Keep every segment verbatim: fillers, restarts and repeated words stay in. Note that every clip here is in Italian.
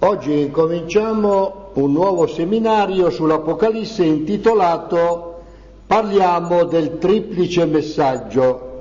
Oggi incominciamo un nuovo seminario sull'Apocalisse intitolato Parliamo del triplice messaggio,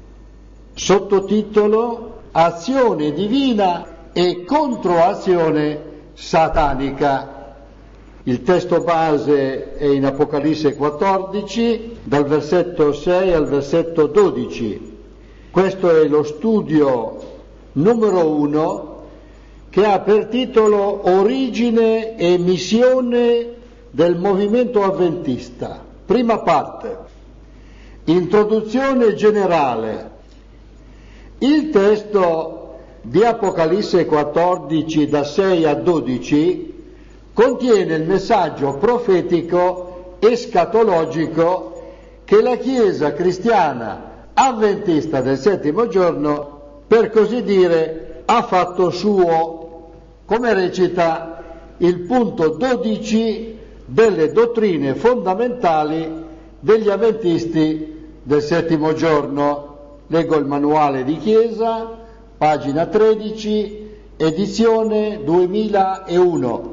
sottotitolo Azione divina e controazione satanica. Il testo base è in Apocalisse quattordici, dal versetto sei al versetto dodici. Questo è lo studio numero uno, che ha per titolo Origine e missione del movimento avventista. Prima parte, introduzione generale. Il testo di Apocalisse quattordici da sei a dodici contiene il messaggio profetico escatologico che la Chiesa cristiana avventista del settimo giorno, per così dire, ha fatto suo, come recita il punto dodici delle dottrine fondamentali degli avventisti del settimo giorno. Leggo il manuale di Chiesa, pagina tredici, edizione duemilauno.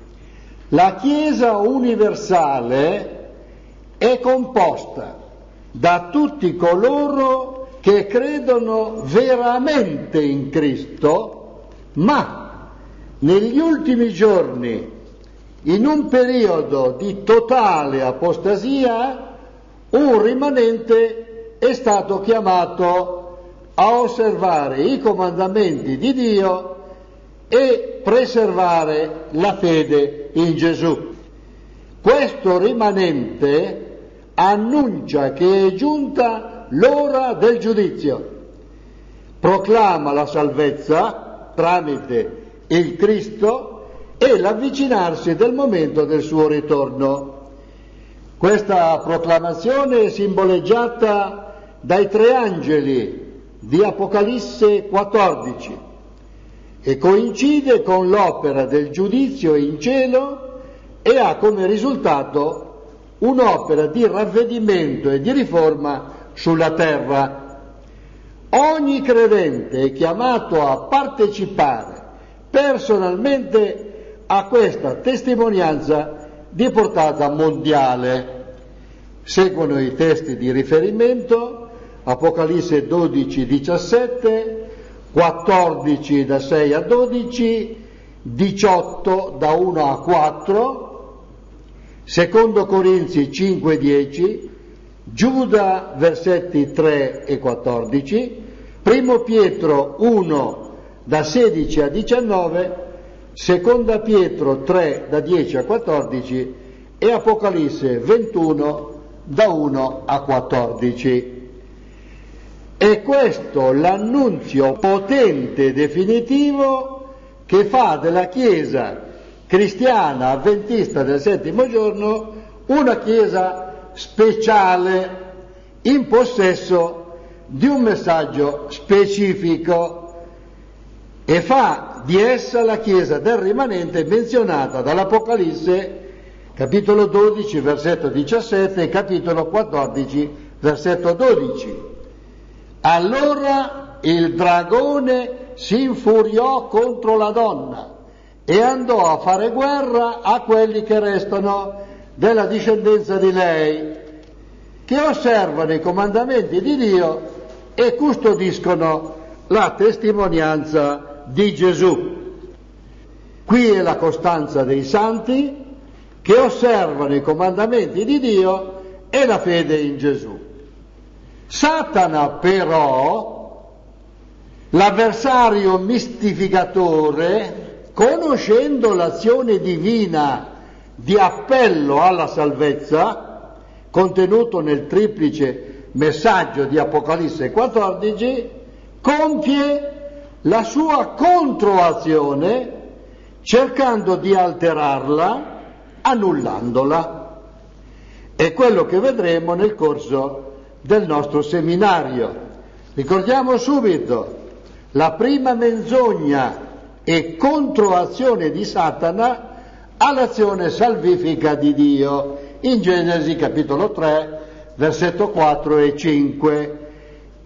La Chiesa universale è composta da tutti coloro che credono veramente in Cristo, ma negli ultimi giorni, in un periodo di totale apostasia, un rimanente è stato chiamato a osservare i comandamenti di Dio e preservare la fede in Gesù. Questo rimanente annuncia che è giunta l'ora del giudizio, proclama la salvezza tramite il Cristo e l'avvicinarsi del momento del suo ritorno. Questa proclamazione è simboleggiata dai tre angeli di Apocalisse quattordici e coincide con l'opera del giudizio in cielo e ha come risultato un'opera di ravvedimento e di riforma sulla terra. Ogni credente è chiamato a partecipare personalmente a questa testimonianza di portata mondiale. Seguono i testi di riferimento: Apocalisse dodici diciassette, quattordici da sei a dodici, diciotto da uno a quattro, secondo Corinzi cinque dieci, Giuda versetti tre e quattordici, primo Pietro uno da sedici a diciannove, seconda Pietro tre da dieci a quattordici e Apocalisse ventuno da uno a quattordici. È questo l'annunzio potente e definitivo che fa della Chiesa cristiana avventista del settimo giorno una Chiesa speciale, in possesso di un messaggio specifico, e fa di essa la Chiesa del rimanente menzionata dall'Apocalisse capitolo dodici versetto diciassette e capitolo quattordici versetto dodici. Allora il dragone si infuriò contro la donna e andò a fare guerra a quelli che restano della discendenza di lei, che osservano i comandamenti di Dio e custodiscono la testimonianza di Gesù. Qui è la costanza dei santi che osservano i comandamenti di Dio e la fede in Gesù. Satana però, l'avversario mistificatore, conoscendo l'azione divina di appello alla salvezza contenuto nel triplice messaggio di Apocalisse quattordici, compie la sua controazione cercando di alterarla, annullandola. È quello che vedremo nel corso del nostro seminario. Ricordiamo subito: la prima menzogna e controazione di Satana all'azione salvifica di Dio, in Genesi capitolo tre, versetto quattro e cinque.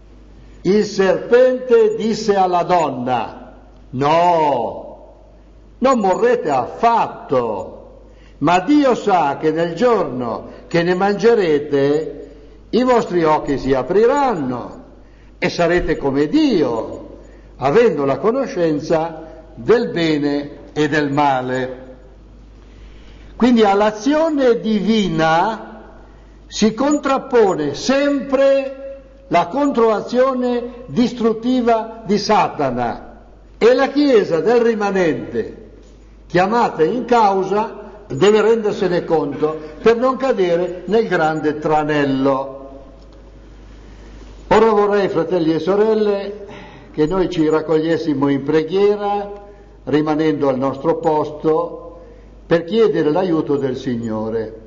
Il serpente disse alla donna: no, non morrete affatto, ma Dio sa che nel giorno che ne mangerete i vostri occhi si apriranno e sarete come Dio, avendo la conoscenza del bene e del male. Quindi all'azione divina si contrappone sempre la controazione distruttiva di Satana, e la Chiesa del rimanente, chiamata in causa, deve rendersene conto per non cadere nel grande tranello. Ora vorrei, fratelli e sorelle, che noi ci raccogliessimo in preghiera, rimanendo al nostro posto, per chiedere l'aiuto del Signore.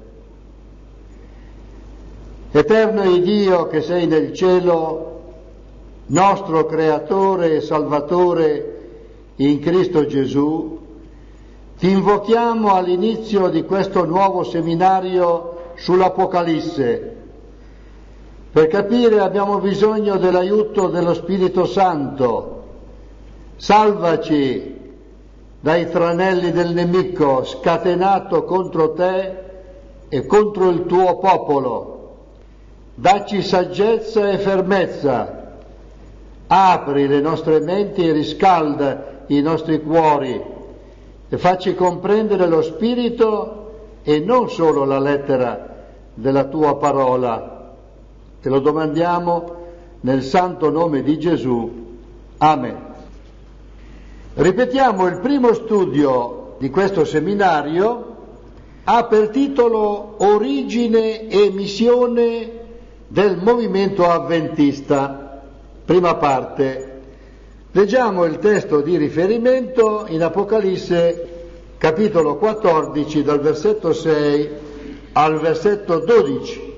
Eterno è Dio che sei nel cielo, nostro Creatore e Salvatore in Cristo Gesù, ti invochiamo all'inizio di questo nuovo seminario sull'Apocalisse. Per capire abbiamo bisogno dell'aiuto dello Spirito Santo. Salvaci dai tranelli del nemico scatenato contro te e contro il tuo popolo. Dacci saggezza e fermezza, apri le nostre menti e riscalda i nostri cuori e facci comprendere lo spirito e non solo la lettera della tua parola. Te lo domandiamo nel santo nome di Gesù. Amen. Ripetiamo, il primo studio di questo seminario ha per titolo Origine e missione del movimento avventista. Prima parte. Leggiamo il testo di riferimento in Apocalisse capitolo quattordici dal versetto sei al versetto dodici.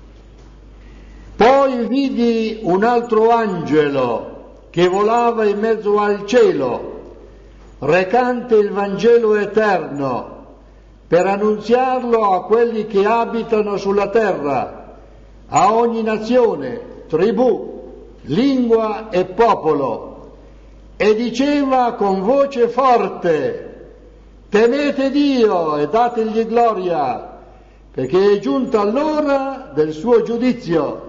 Poi vidi un altro angelo che volava in mezzo al cielo, recante il Vangelo eterno, per annunziarlo a quelli che abitano sulla terra, a ogni nazione, tribù, lingua e popolo, e diceva con voce forte: temete Dio e dategli gloria, perché è giunta l'ora del suo giudizio.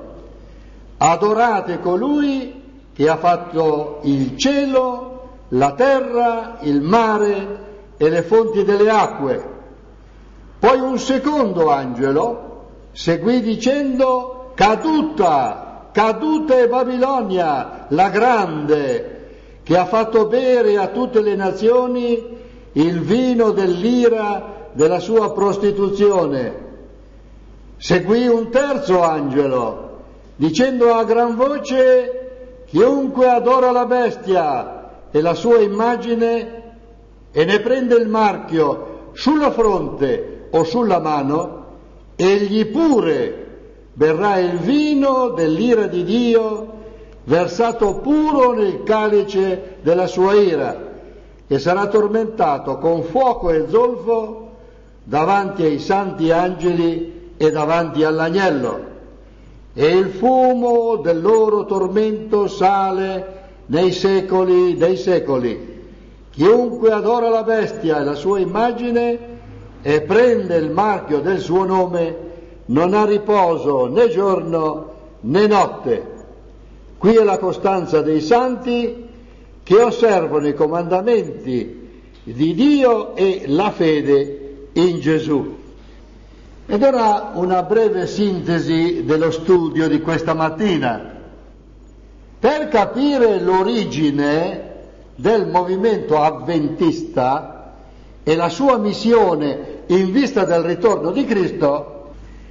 Adorate colui che ha fatto il cielo, la terra, il mare e le fonti delle acque. Poi un secondo angelo seguì dicendo: caduta, caduta è Babilonia, la grande, che ha fatto bere a tutte le nazioni il vino dell'ira della sua prostituzione. Seguì un terzo angelo dicendo a gran voce: chiunque adora la bestia e la sua immagine e ne prende il marchio sulla fronte o sulla mano, egli pure berrà il vino dell'ira di Dio, versato puro nel calice della sua ira, e sarà tormentato con fuoco e zolfo davanti ai santi angeli e davanti all'agnello, e il fumo del loro tormento sale nei secoli dei secoli. Chiunque adora la bestia e la sua immagine e prende il marchio del suo nome non ha riposo né giorno né notte. Qui è la costanza dei santi che osservano i comandamenti di Dio e la fede in Gesù. Ed ora una breve sintesi dello studio di questa mattina. Per capire l'origine del movimento avventista e la sua missione in vista del ritorno di Cristo,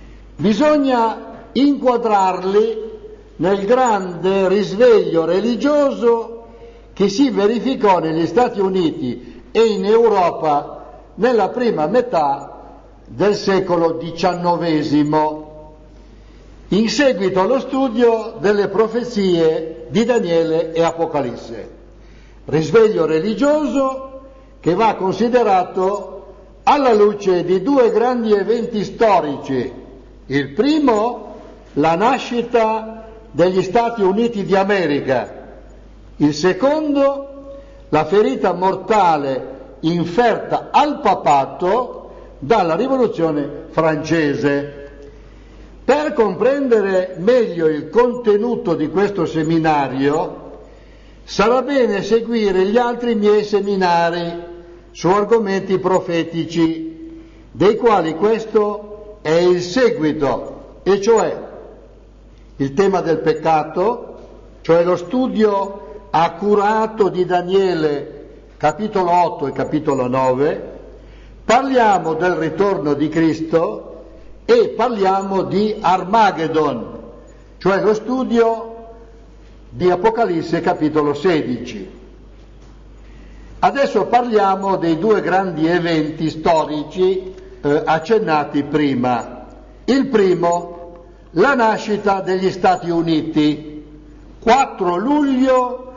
bisogna inquadrarli nel grande risveglio religioso che si verificò negli Stati Uniti e in Europa nella prima metà del secolo diciannovesimo, in seguito allo studio delle profezie di Daniele e Apocalisse. Risveglio religioso che va considerato alla luce di due grandi eventi storici. Il primo, la nascita degli Stati Uniti d'America. Il secondo, la ferita mortale inferta al papato dalla rivoluzione francese. Per comprendere meglio il contenuto di questo seminario sarà bene seguire gli altri miei seminari su argomenti profetici, dei quali questo è il seguito, e cioè il tema del peccato, cioè lo studio accurato di Daniele capitolo otto e capitolo nove, parliamo del ritorno di Cristo e parliamo di Armageddon, cioè lo studio di Apocalisse capitolo sedici. Adesso parliamo dei due grandi eventi storici eh, accennati prima. Il primo, la nascita degli Stati Uniti, quattro luglio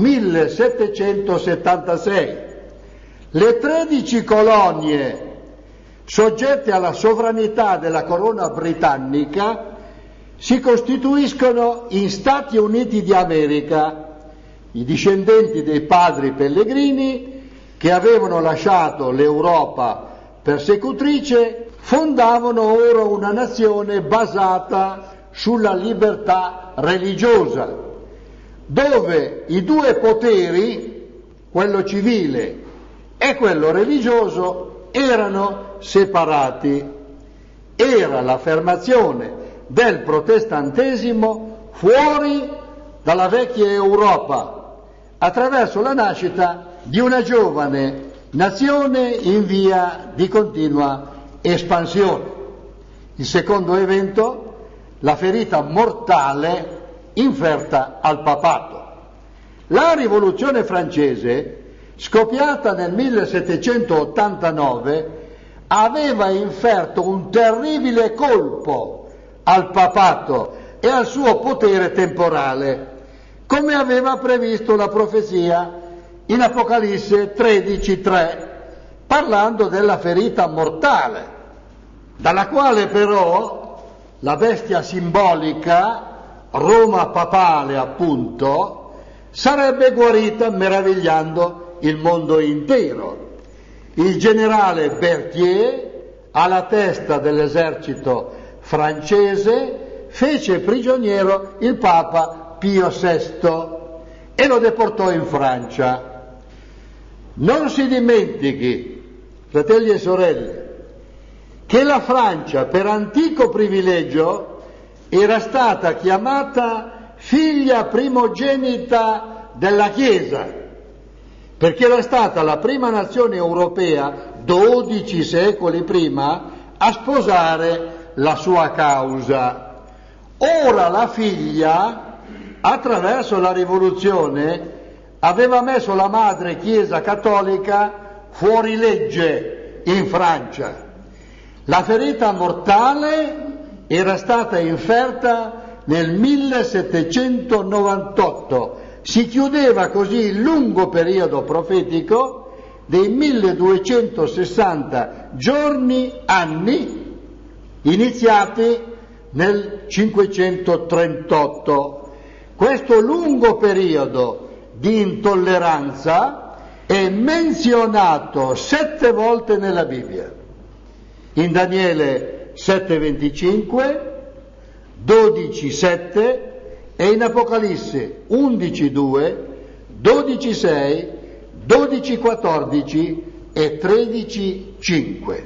millesettecentosettantasei. Le tredici colonie soggette alla sovranità della corona britannica si costituiscono in Stati Uniti di America. I discendenti dei padri pellegrini che avevano lasciato l'Europa persecutrice fondavano ora una nazione basata sulla libertà religiosa, dove i due poteri, quello civile e quello religioso, erano separati. Era l'affermazione del protestantesimo fuori dalla vecchia Europa, attraverso la nascita di una giovane nazione in via di continua espansione. Il secondo evento, la ferita mortale inferta al papato. La rivoluzione francese, scoppiata nel millesettecentottantanove, aveva inferto un terribile colpo al papato e al suo potere temporale, come aveva previsto la profezia in Apocalisse tredici tre, parlando della ferita mortale, dalla quale però la bestia simbolica, Roma papale appunto, sarebbe guarita meravigliando il mondo intero. Il generale Berthier, alla testa dell'esercito francese, fece prigioniero il Papa Pio sesto e lo deportò in Francia. Non si dimentichi, fratelli e sorelle, che la Francia, per antico privilegio, era stata chiamata figlia primogenita della Chiesa, perché era stata la prima nazione europea, dodici secoli prima, a sposare la sua causa. Ora la figlia, attraverso la rivoluzione, aveva messo la madre Chiesa cattolica fuori legge in Francia. La ferita mortale era stata inferta nel millesettecentonovantotto. Si chiudeva così il lungo periodo profetico dei milleduecentosessanta giorni, anni, iniziati nel cinquecentotrentotto. Questo lungo periodo di intolleranza è menzionato sette volte nella Bibbia. In Daniele sette venticinque, dodici sette e in Apocalisse undici due, dodici sei, dodici quattordici e tredici cinque.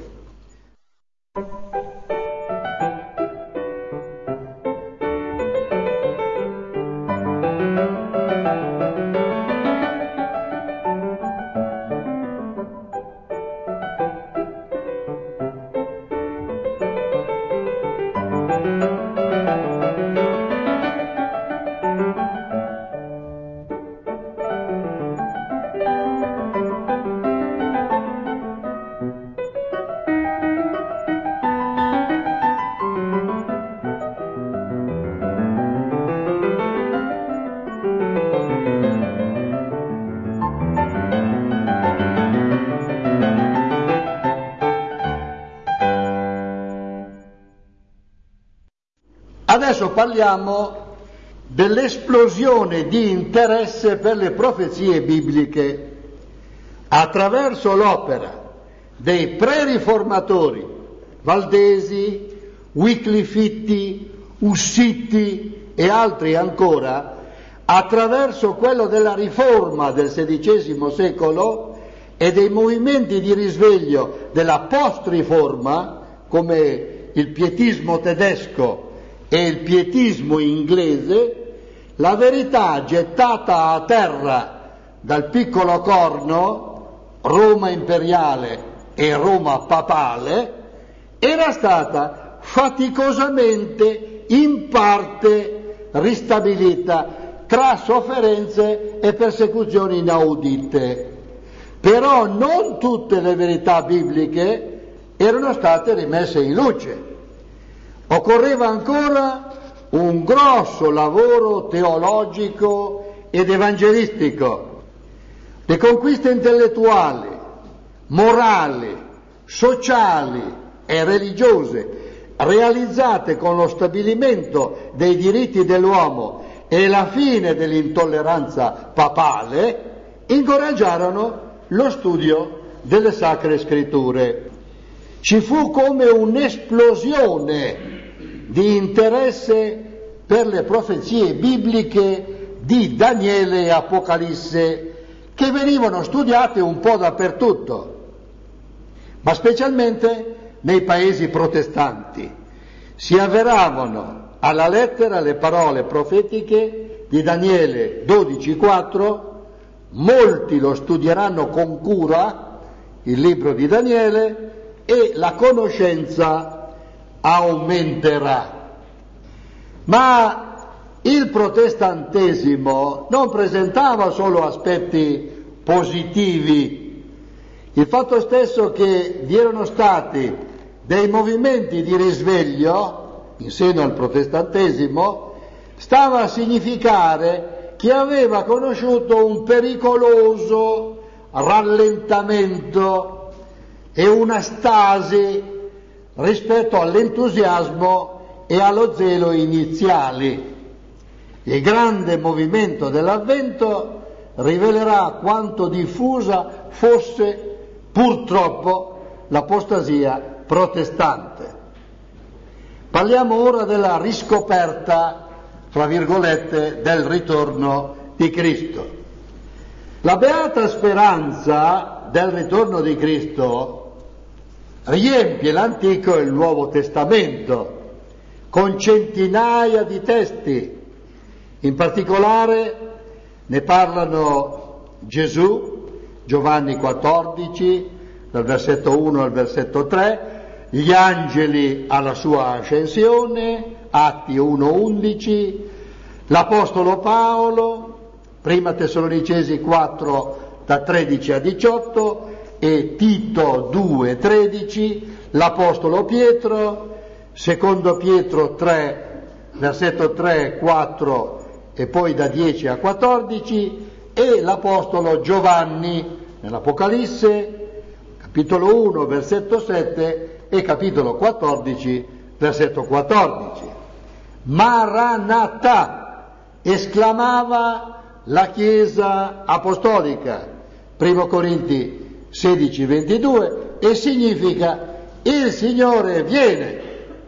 Adesso parliamo dell'esplosione di interesse per le profezie bibliche. attraverso l'opera dei pre-riformatori, Valdesi, Wyclifitti, Ussiti e altri ancora, attraverso quello della riforma del sedicesimo secolo e dei movimenti di risveglio della post-riforma, come il pietismo tedesco e il pietismo inglese, la verità gettata a terra dal piccolo corno, Roma imperiale e Roma papale, era stata faticosamente in parte ristabilita tra sofferenze e persecuzioni inaudite. Però non tutte le verità bibliche erano state rimesse in luce. Occorreva ancora un grosso lavoro teologico ed evangelistico. Le conquiste intellettuali, morali, sociali e religiose realizzate con lo stabilimento dei diritti dell'uomo e la fine dell'intolleranza papale incoraggiarono lo studio delle sacre scritture. Ci fu come un'esplosione di interesse per le profezie bibliche di Daniele e Apocalisse, che venivano studiate un po' dappertutto, ma specialmente nei paesi protestanti. Si avveravano alla lettera le parole profetiche di Daniele dodici quattro, molti lo studieranno con cura, il libro di Daniele, e la conoscenza aumenterà. Ma il protestantesimo non presentava solo aspetti positivi. Il fatto stesso che vi erano stati dei movimenti di risveglio in seno al protestantesimo stava a significare che aveva conosciuto un pericoloso rallentamento e una stasi rispetto all'entusiasmo e allo zelo iniziali. Il grande movimento dell'Avvento rivelerà quanto diffusa fosse purtroppo l'apostasia protestante. Parliamo ora della riscoperta, fra virgolette, del ritorno di Cristo. La beata speranza del ritorno di Cristo riempie l'Antico e il Nuovo Testamento con centinaia di testi. In particolare ne parlano Gesù, Giovanni quattordici, dal versetto uno al versetto tre, gli angeli alla sua ascensione, Atti uno undici, l'Apostolo Paolo, prima Tessalonicesi quattro da tredici a diciotto e Tito due tredici, l'Apostolo Pietro, secondo Pietro tre, versetto tre, quattro e poi da dieci a quattordici, e l'Apostolo Giovanni nell'Apocalisse, capitolo uno, versetto sette e capitolo quattordici, versetto quattordici. Maranatha, esclamava la Chiesa apostolica, primo Corinti sedici ventidue, e significa il Signore viene.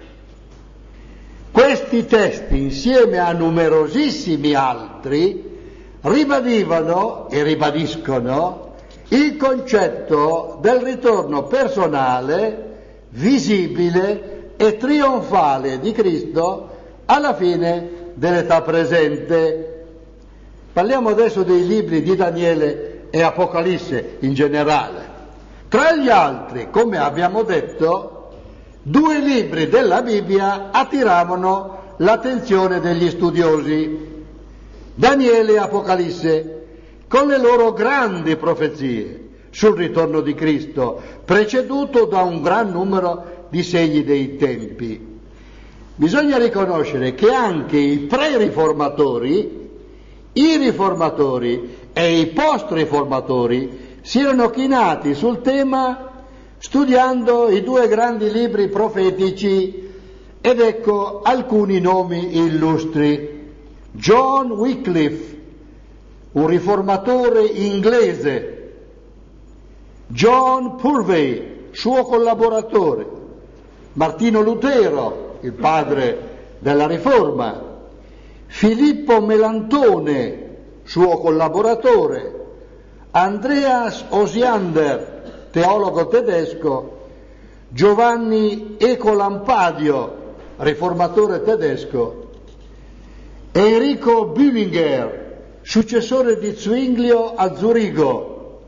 Questi testi, insieme a numerosissimi altri, ribadivano e ribadiscono il concetto del ritorno personale, visibile e trionfale di Cristo alla fine dell'età presente. Parliamo adesso dei libri di Daniele e Apocalisse in generale. Tra gli altri, come abbiamo detto, due libri della Bibbia attiravano l'attenzione degli studiosi, Daniele e Apocalisse, con le loro grandi profezie sul ritorno di Cristo, preceduto da un gran numero di segni dei tempi. Bisogna riconoscere che anche i pre-riformatori, i riformatori e i post-riformatori si erano chinati sul tema studiando i due grandi libri profetici, ed ecco alcuni nomi illustri. John Wycliffe, un riformatore inglese, John Purvey, suo collaboratore, Martino Lutero, il padre della Riforma, Filippo Melantone, suo collaboratore, Andreas Osiander, teologo tedesco, Giovanni Ecolampadio, riformatore tedesco, Enrico Bühlinger, successore di Zwinglio a Zurigo,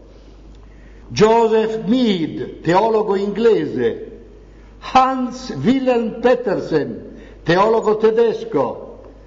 Joseph Mead, teologo inglese, Hans Wilhelm Petersen, teologo tedesco,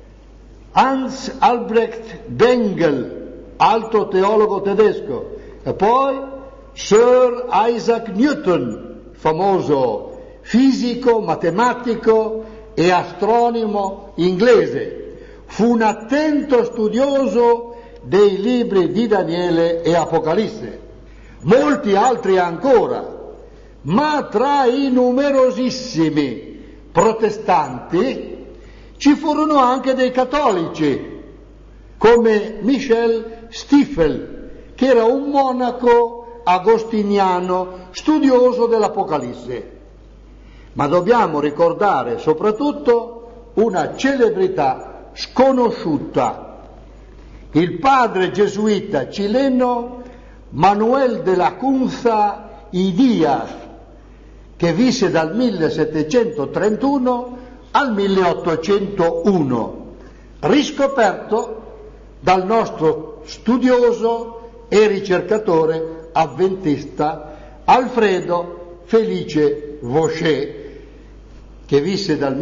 Hans Albrecht Bengel, altro teologo tedesco, e poi Sir Isaac Newton, famoso fisico, matematico e astronomo inglese. Fu un attento studioso dei libri di Daniele e Apocalisse. Molti altri ancora, ma tra i numerosissimi protestanti ci furono anche dei cattolici, come Michel Stiefel, che era un monaco agostiniano studioso dell'Apocalisse. Ma dobbiamo ricordare soprattutto una celebrità sconosciuta, il padre gesuita cileno Manuel de la Cunza y Díaz, che visse dal millesettecentotrentuno al milleottocentouno, riscoperto dal nostro studioso e ricercatore avventista Alfredo Felice Vaucher, che visse dal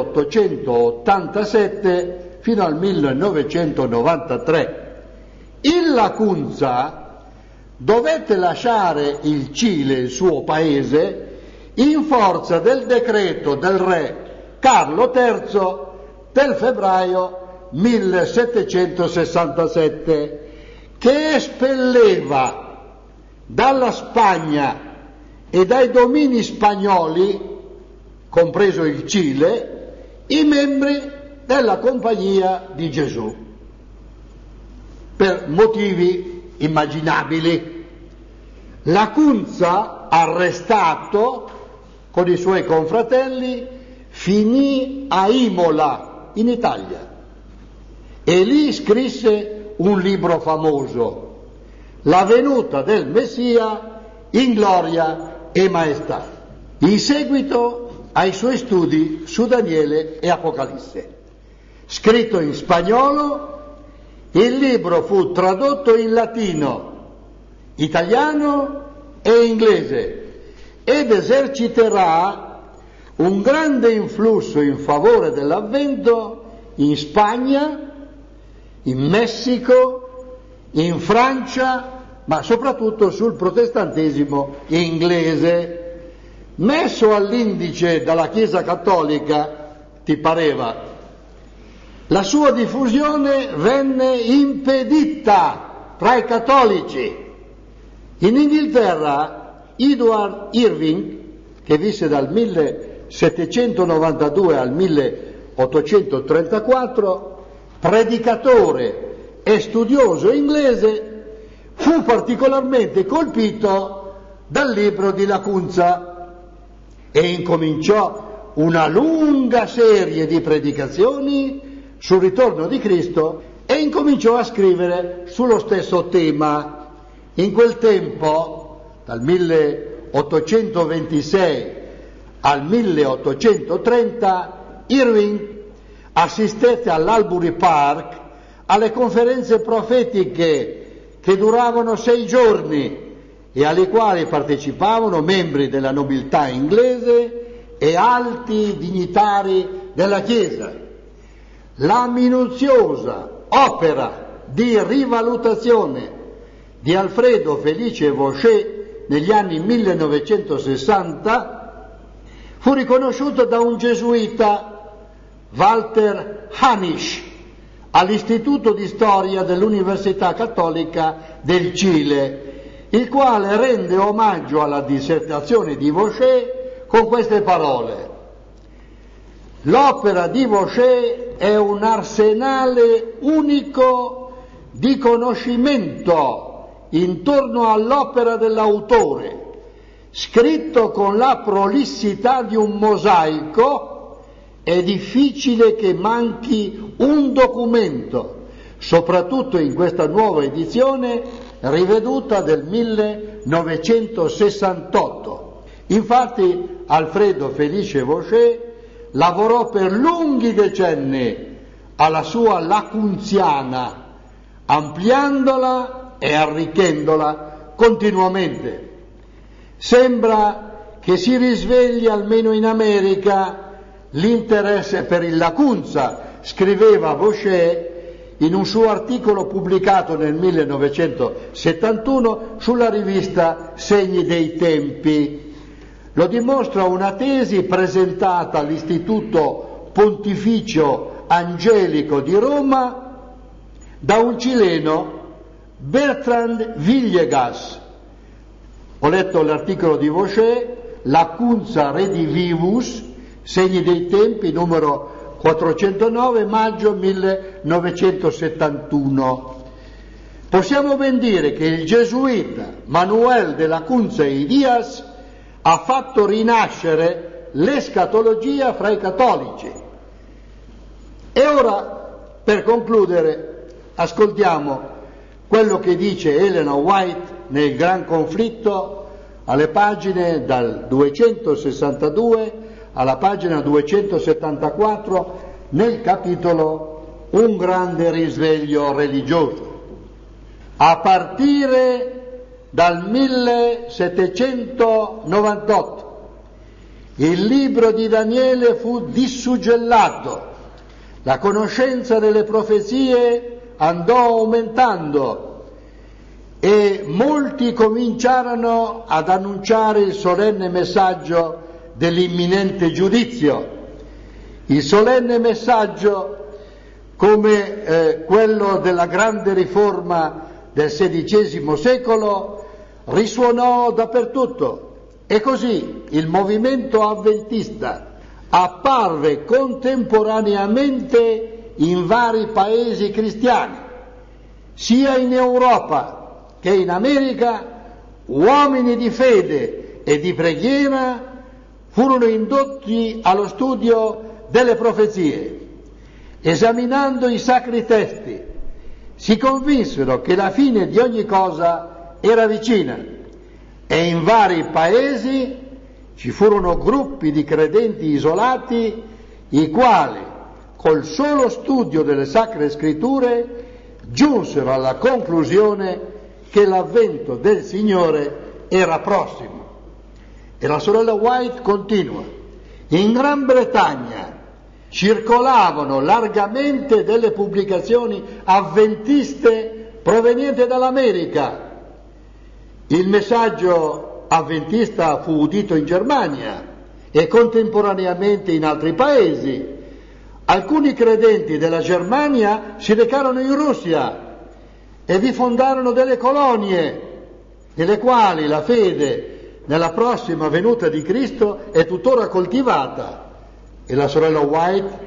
milleottocentottantasette fino al millenovecentonovantatré. Il Lacunza dovette lasciare il Cile, il suo paese, in forza del decreto del re Carlo terzo del febbraio millesettecentosessantasette, che espelleva dalla Spagna e dai domini spagnoli, compreso il Cile, i membri della Compagnia di Gesù, per motivi immaginabili. Lacunza, arrestato con i suoi confratelli, finì a Imola, in Italia, e lì scrisse un libro famoso, La venuta del Messia in gloria e maestà, in seguito ai suoi studi su Daniele e Apocalisse. Scritto in spagnolo, il libro fu tradotto in latino, italiano e inglese, ed eserciterà un grande influsso in favore dell'Avvento in Spagna, in Messico, in Francia, ma soprattutto sul protestantesimo inglese, messo all'indice dalla Chiesa Cattolica, ti pareva. La sua diffusione venne impedita tra i cattolici. In Inghilterra, Edward Irving, che visse dal millesettecentonovantadue al milleottocentotrentaquattro, predicatore e studioso inglese, fu particolarmente colpito dal libro di Lacunza e incominciò una lunga serie di predicazioni sul ritorno di Cristo e incominciò a scrivere sullo stesso tema. In quel tempo, dal milleottocentoventisei al milleottocentotrenta, Irving assistette all'Albury Park alle conferenze profetiche che duravano sei giorni e alle quali partecipavano membri della nobiltà inglese e alti dignitari della Chiesa. La minuziosa opera di rivalutazione di Alfredo Felice Vaucher negli anni millenovecentosessanta fu riconosciuta da un gesuita, Walter Hanisch, all'Istituto di Storia dell'Università Cattolica del Cile, il quale rende omaggio alla dissertazione di Vaucher con queste parole: l'opera di Vaucher è un arsenale unico di conoscimento intorno all'opera dell'autore, scritto con la prolissità di un mosaico, è difficile che manchi un documento, soprattutto in questa nuova edizione riveduta del millenovecentosessantotto. Infatti Alfredo Felice Vauchet lavorò per lunghi decenni alla sua Lacunziana, ampliandola e arricchendola continuamente. Sembra che si risvegli almeno in America l'interesse per il Lacunza, scriveva Vauchet in un suo articolo pubblicato nel millenovecentosettantuno sulla rivista Segni dei Tempi. Lo dimostra una tesi presentata all'Istituto Pontificio Angelico di Roma da un cileno, Bertrand Villegas. Ho letto l'articolo di Vauchet, Lacunza Redivivus, Segni dei Tempi, numero quattrocentonove, maggio millenovecentosettantuno. Possiamo ben dire che il gesuita Manuel de Lacunza y Díaz ha fatto rinascere l'escatologia fra i cattolici. E ora, per concludere, ascoltiamo quello che dice Elena White nel Gran Conflitto, alle pagine dal duecentosessantadue alla pagina duecentosettantaquattro, nel capitolo Un grande risveglio religioso. A partire dal millesettecentonovantotto il libro di Daniele fu dissuggellato, la conoscenza delle profezie andò aumentando e molti cominciarono ad annunciare il solenne messaggio dell'imminente giudizio. Il solenne messaggio, come eh, quello della grande riforma del sedicesimo secolo, risuonò dappertutto, e così il movimento avventista apparve contemporaneamente in vari paesi cristiani, sia in Europa che in America. Uomini di fede e di preghiera furono indotti allo studio delle profezie. Esaminando i sacri testi, si convinsero che la fine di ogni cosa era vicina, e in vari paesi ci furono gruppi di credenti isolati, i quali, col solo studio delle sacre scritture, giunsero alla conclusione che l'avvento del Signore era prossimo. E la sorella White continua: in Gran Bretagna circolavano largamente delle pubblicazioni avventiste provenienti dall'America. Il messaggio avventista fu udito in Germania e contemporaneamente in altri paesi. Alcuni credenti della Germania si recarono in Russia e vi fondarono delle colonie, nelle quali la fede nella prossima venuta di Cristo è tuttora coltivata. E la sorella White,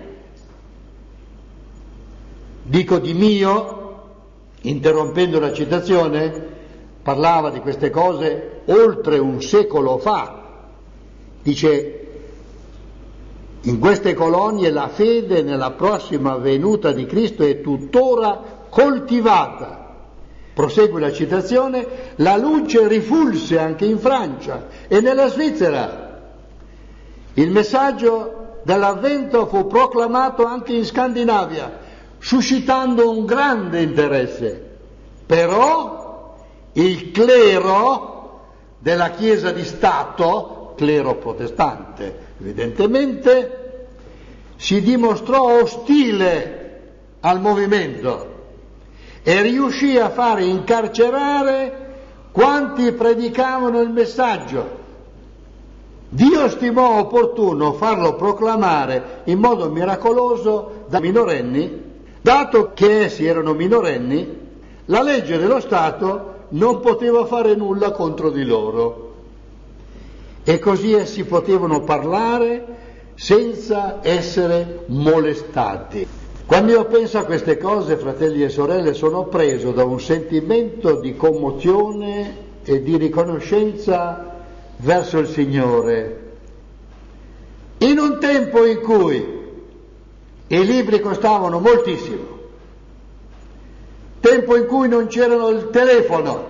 dico di mio, interrompendo la citazione, parlava di queste cose oltre un secolo fa. Dice: in queste colonie la fede nella prossima venuta di Cristo è tuttora coltivata. Prosegue la citazione: la luce rifulse anche in Francia e nella Svizzera. Il messaggio dell'avvento fu proclamato anche in Scandinavia, suscitando un grande interesse. Però il clero della Chiesa di Stato, clero protestante evidentemente, si dimostrò ostile al movimento e riuscì a fare incarcerare quanti predicavano il messaggio. Dio stimò opportuno farlo proclamare in modo miracoloso da minorenni. Dato che essi erano minorenni, la legge dello Stato non poteva fare nulla contro di loro, e così essi potevano parlare senza essere molestati. Quando io penso a queste cose, fratelli e sorelle, sono preso da un sentimento di commozione e di riconoscenza verso il Signore. In un tempo in cui i libri costavano moltissimo, tempo in cui non c'erano il telefono,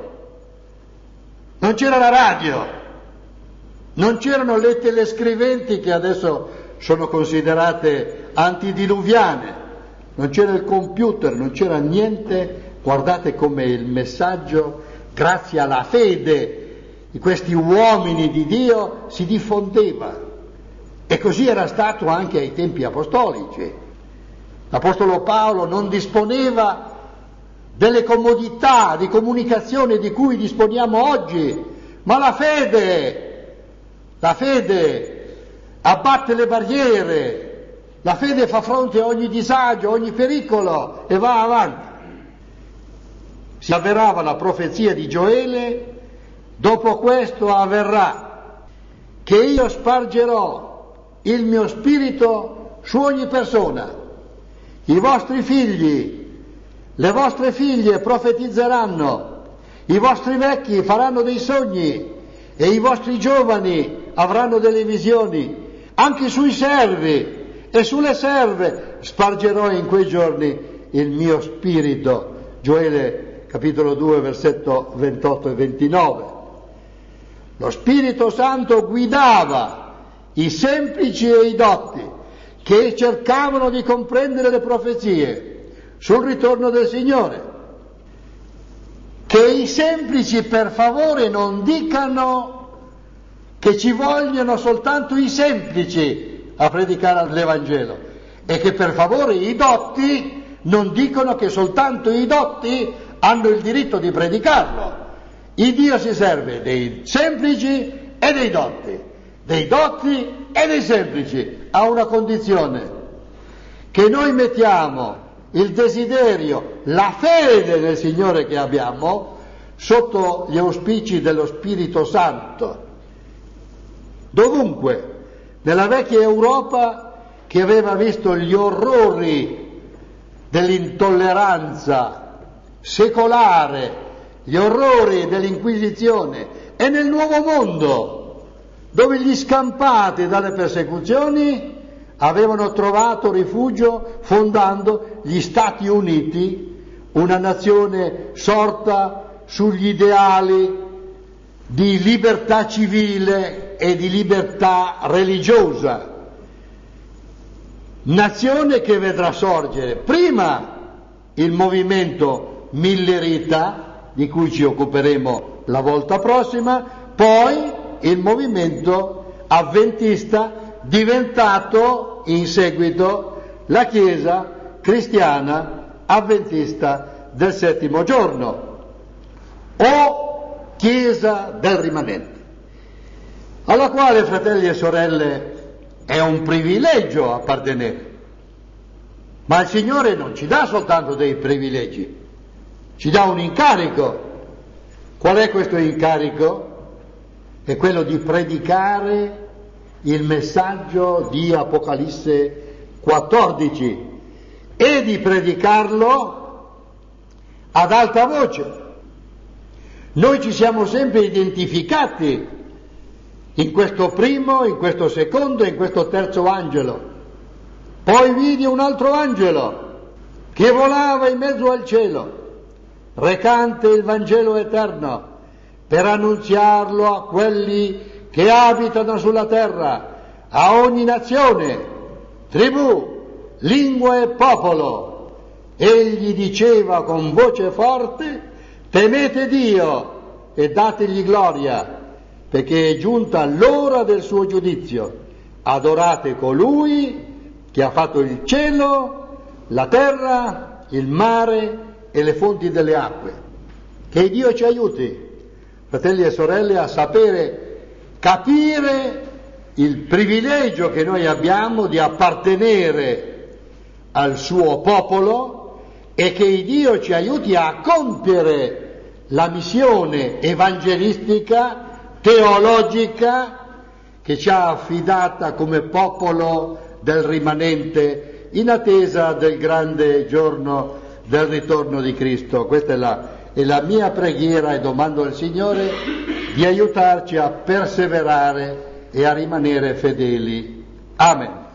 non c'era la radio, non c'erano le telescriventi che adesso sono considerate antidiluviane, non c'era il computer, non c'era niente. Guardate come il messaggio, grazie alla fede di questi uomini di Dio, si diffondeva. E così era stato anche ai tempi apostolici. L'Apostolo Paolo non disponeva delle comodità di comunicazione di cui disponiamo oggi, ma la fede, la fede abbatte le barriere, la fede fa fronte a ogni disagio, a ogni pericolo e va avanti. Si avverava la profezia di Gioele: dopo questo avverrà che io spargerò il mio spirito su ogni persona, i vostri figli, le vostre figlie profetizzeranno, i vostri vecchi faranno dei sogni e i vostri giovani avranno delle visioni, anche sui servi e sulle serve spargerò in quei giorni il mio spirito. Gioele capitolo due versetto ventotto e ventinove. Lo Spirito Santo guidava i semplici e i dotti che cercavano di comprendere le profezie sul ritorno del Signore. Che i semplici, per favore, non dicano che ci vogliono soltanto i semplici a predicare l'Evangelo, e che per favore i dotti non dicono che soltanto i dotti hanno il diritto di predicarlo. Il Dio si serve dei semplici e dei dotti, dei dotti e dei semplici, a una condizione: che noi mettiamo il desiderio, la fede nel Signore che abbiamo sotto gli auspici dello Spirito Santo. Dovunque, nella vecchia Europa, che aveva visto gli orrori dell'intolleranza secolare, gli orrori dell'Inquisizione, e nel Nuovo Mondo, dove gli scampati dalle persecuzioni avevano trovato rifugio fondando gli Stati Uniti, una nazione sorta sugli ideali di libertà civile e di libertà religiosa, nazione che vedrà sorgere prima il movimento millerita, di cui ci occuperemo la volta prossima, poi il movimento avventista, diventato in seguito la Chiesa cristiana avventista del settimo giorno, o Chiesa del rimanente, alla quale, fratelli e sorelle, è un privilegio appartenere. Ma il Signore non ci dà soltanto dei privilegi, ci dà un incarico. Qual è questo incarico? È quello di predicare il messaggio di Apocalisse quattordici e di predicarlo ad alta voce. Noi ci siamo sempre identificati in questo primo, in questo secondo e in questo terzo angelo. Poi vidi un altro angelo che volava in mezzo al cielo, recante il Vangelo eterno, per annunziarlo a quelli che abitano sulla terra, a ogni nazione, tribù, lingua e popolo. Egli diceva con voce forte: temete Dio e dategli gloria, perché è giunta l'ora del suo giudizio. Adorate colui che ha fatto il cielo, la terra, il mare e le fonti delle acque. Che Dio ci aiuti, fratelli e sorelle, a sapere capire il privilegio che noi abbiamo di appartenere al suo popolo, e che Dio ci aiuti a compiere la missione evangelistica, teologica, che ci ha affidata come popolo del rimanente in attesa del grande giorno del ritorno di Cristo. Questa è la, è la mia preghiera e domando al Signore di aiutarci a perseverare e a rimanere fedeli. Amen.